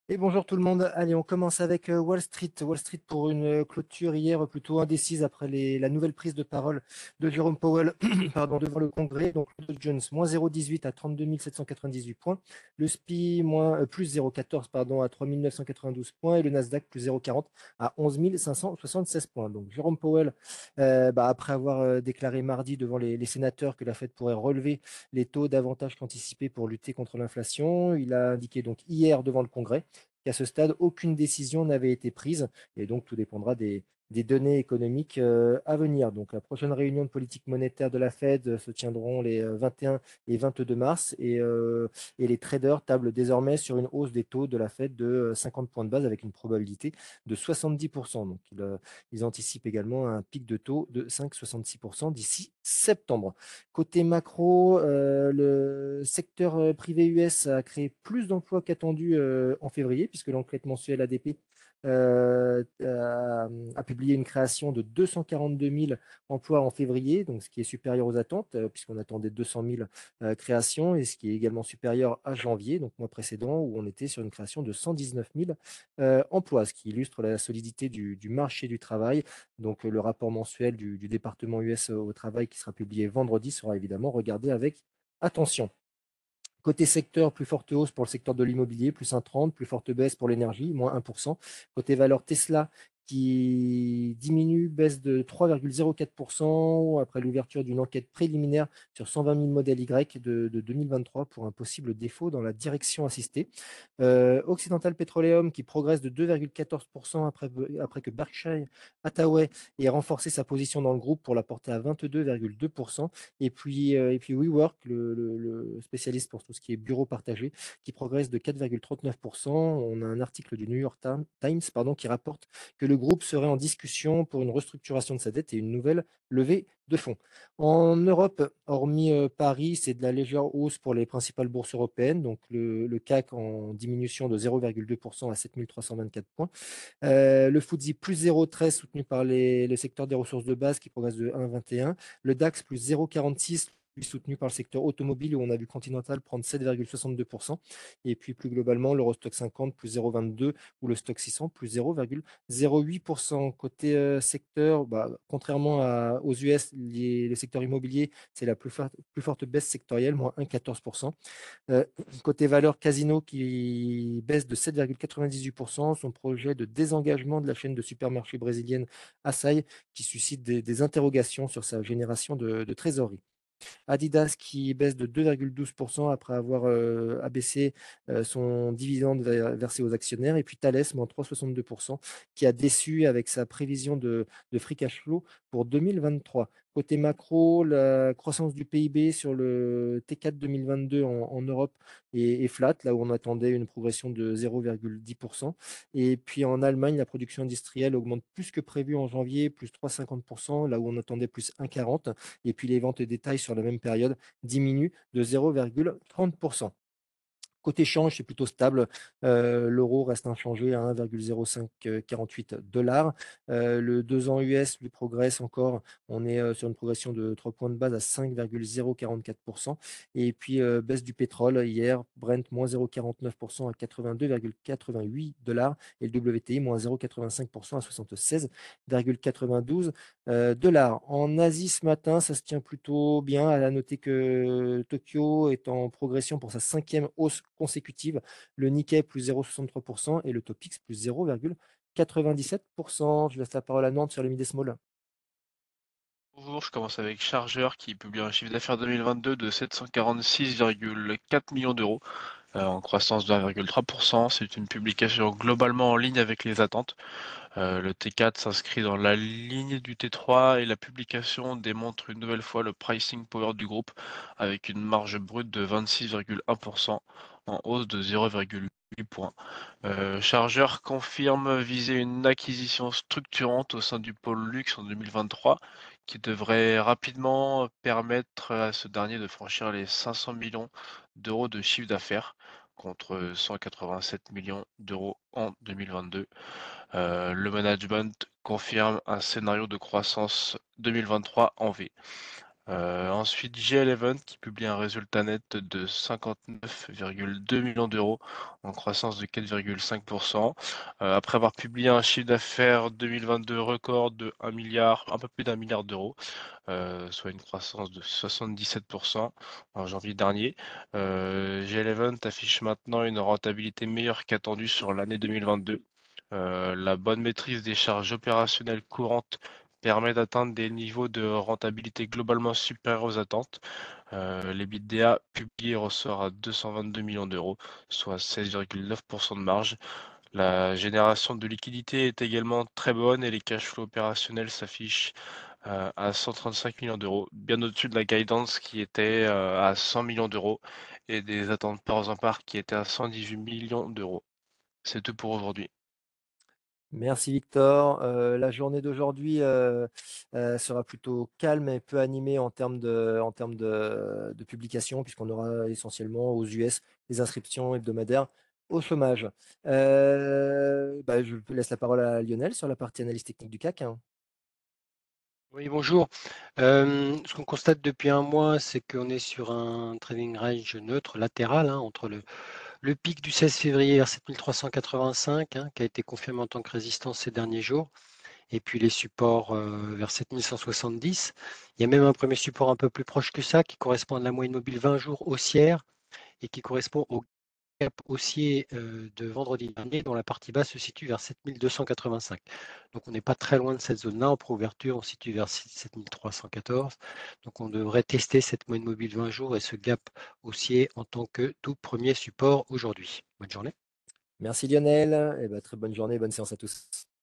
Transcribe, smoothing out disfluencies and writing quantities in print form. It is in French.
Et bonjour tout le monde. Allez, on commence avec Wall Street. Wall Street pour une clôture hier plutôt indécise après la nouvelle prise de parole de Jérôme Powell pardon, devant le Congrès. Donc, le Dow Jones, moins 0,18 à 32 798 points. Le SPI, plus 0,14 pardon, à 3 992 points. Et le Nasdaq, plus 0,40 à 11 576 points. Donc, Jérôme Powell, après avoir déclaré mardi devant les sénateurs que la Fed pourrait relever les taux davantage qu'anticipés pour lutter contre l'inflation, il a indiqué donc hier devant le Congrès qu'à ce stade, aucune décision n'avait été prise. Et donc, tout dépendra des données économiques à venir. Donc, la prochaine réunion de politique monétaire de la Fed se tiendront les 21 et 22 mars. Et les traders tablent désormais sur une hausse des taux de la Fed de 50 points de base avec une probabilité de 70%. Donc, ils anticipent également un pic de taux de 5,66% d'ici septembre. Côté macro, le secteur privé US a créé plus d'emplois qu'attendu en février, puisque l'enquête mensuelle ADP a publié une création de 242 000 emplois en février, donc ce qui est supérieur aux attentes, puisqu'on attendait 200 000 créations, et ce qui est également supérieur à janvier, donc mois précédent, où on était sur une création de 119 000 emplois, ce qui illustre la solidité du marché du travail. Donc, le rapport mensuel du département US au travail qui sera publié vendredi sera évidemment regardé avec attention. Côté secteur, plus forte hausse pour le secteur de l'immobilier, plus 1,30, plus forte baisse pour l'énergie, moins 1%. Côté valeur Tesla, qui diminue, baisse de 3,04% après l'ouverture d'une enquête préliminaire sur 120 000 modèles Y de 2023 pour un possible défaut dans la direction assistée. Occidental Petroleum qui progresse de 2,14% après que Berkshire Hathaway ait renforcé sa position dans le groupe pour la porter à 22,2%. Et puis WeWork, le spécialiste pour tout ce qui est bureau partagé, qui progresse de 4,39%. On a un article du New York Times pardon, qui rapporte que le groupe serait en discussion pour une restructuration de sa dette et une nouvelle levée de fonds. En Europe, hormis Paris, c'est de la légère hausse pour les principales bourses européennes. Donc le CAC en diminution de 0,2% à 7 324 points. Le FTSE plus 0,13 soutenu par le secteur des ressources de base qui progresse de 1,21. Le DAX plus 0,46 lui soutenu par le secteur automobile où on a vu Continental prendre 7,62%. Et puis plus globalement, l'Eurostock 50 plus 0,22 ou le Stock 600 plus 0,08%. Côté secteur, contrairement aux US, les secteurs immobiliers, c'est la plus forte baisse sectorielle, moins 1,14%. Euh, Côté valeur, Casino qui baisse de 7,98%, son projet de désengagement de la chaîne de supermarchés brésilienne Assaí qui suscite des interrogations sur sa génération de trésorerie. Adidas qui baisse de 2,12% après avoir abaissé son dividende versé aux actionnaires. Et puis Thales, moins 3,62%, qui a déçu avec sa prévision de free cash flow pour 2023. Côté macro, la croissance du PIB sur le T4 2022 en Europe est flat, là où on attendait une progression de 0,10%. Et puis en Allemagne, la production industrielle augmente plus que prévu en janvier, plus 3,50%, là où on attendait plus 1,40%. Et puis les ventes de détail sur la même période diminuent de 0,30%. Côté change, c'est plutôt stable. L'euro reste inchangé à 1,0548 $. Le 2 ans US lui progresse encore. On est sur une progression de 3 points de base à 5,044%. Et puis baisse du pétrole hier, Brent moins 0,49% à 82,88 $. Et le WTI moins 0,85% à 76,92 $. En Asie ce matin, ça se tient plutôt bien. À noter que Tokyo est en progression pour sa cinquième hausse consécutive. Le Nikkei plus 0,63% et le Topix plus 0,97%. Je laisse la parole à Nantes sur les mid small. Bonjour, je commence avec Chargeur qui publie un chiffre d'affaires 2022 de 746,4 millions d'euros, en croissance de 1,3%. C'est une publication globalement en ligne avec les attentes. Le T4 s'inscrit dans la ligne du T3 et la publication démontre une nouvelle fois le pricing power du groupe avec une marge brute de 26,1% en hausse de 0,8 points. Chargeur confirme viser une acquisition structurante au sein du pôle luxe en 2023 qui devrait rapidement permettre à ce dernier de franchir les 500 millions d'euros de chiffre d'affaires contre 187 millions d'euros en 2022. Le management confirme un scénario de croissance 2023 en V. Ensuite, G11 qui publie un résultat net de 59,2 millions d'euros en croissance de 4,5%. Après avoir publié un chiffre d'affaires 2022 record de 1 milliard, un peu plus d'un milliard d'euros, soit une croissance de 77% en janvier dernier. G11 affiche maintenant une rentabilité meilleure qu'attendue sur l'année 2022. La bonne maîtrise des charges opérationnelles courantes permet d'atteindre des niveaux de rentabilité globalement supérieurs aux attentes. L'EBITDA publié ressort à 222 millions d'euros, soit 16,9% de marge. La génération de liquidités est également très bonne et les cash flows opérationnels s'affichent à 135 millions d'euros, bien au-dessus de la guidance qui était à 100 millions d'euros et des attentes par en part qui étaient à 118 millions d'euros. C'est tout pour aujourd'hui. Merci Victor. La journée d'aujourd'hui, sera plutôt calme et peu animée en termes de publication, puisqu'on aura essentiellement aux US les inscriptions hebdomadaires au chômage. Je laisse la parole à Lionel sur la partie analyse technique du CAC, hein. Oui, bonjour. Ce qu'on constate depuis un mois, c'est qu'on est sur un trading range neutre latéral, hein, entre le pic du 16 février vers 7385, hein, qui a été confirmé en tant que résistance ces derniers jours, et puis les supports vers 7170. Il y a même un premier support un peu plus proche que ça, qui correspond à la moyenne mobile 20 jours haussière et qui correspond au cap haussier de vendredi dernier, dont la partie basse se situe vers 7285. Donc on n'est pas très loin de cette zone-là. En préouverture, on se situe vers 7314. Donc on devrait tester cette moyenne mobile 20 jours et ce gap haussier en tant que tout premier support aujourd'hui. Bonne journée. Merci Lionel, et bah, très bonne journée, bonne séance à tous.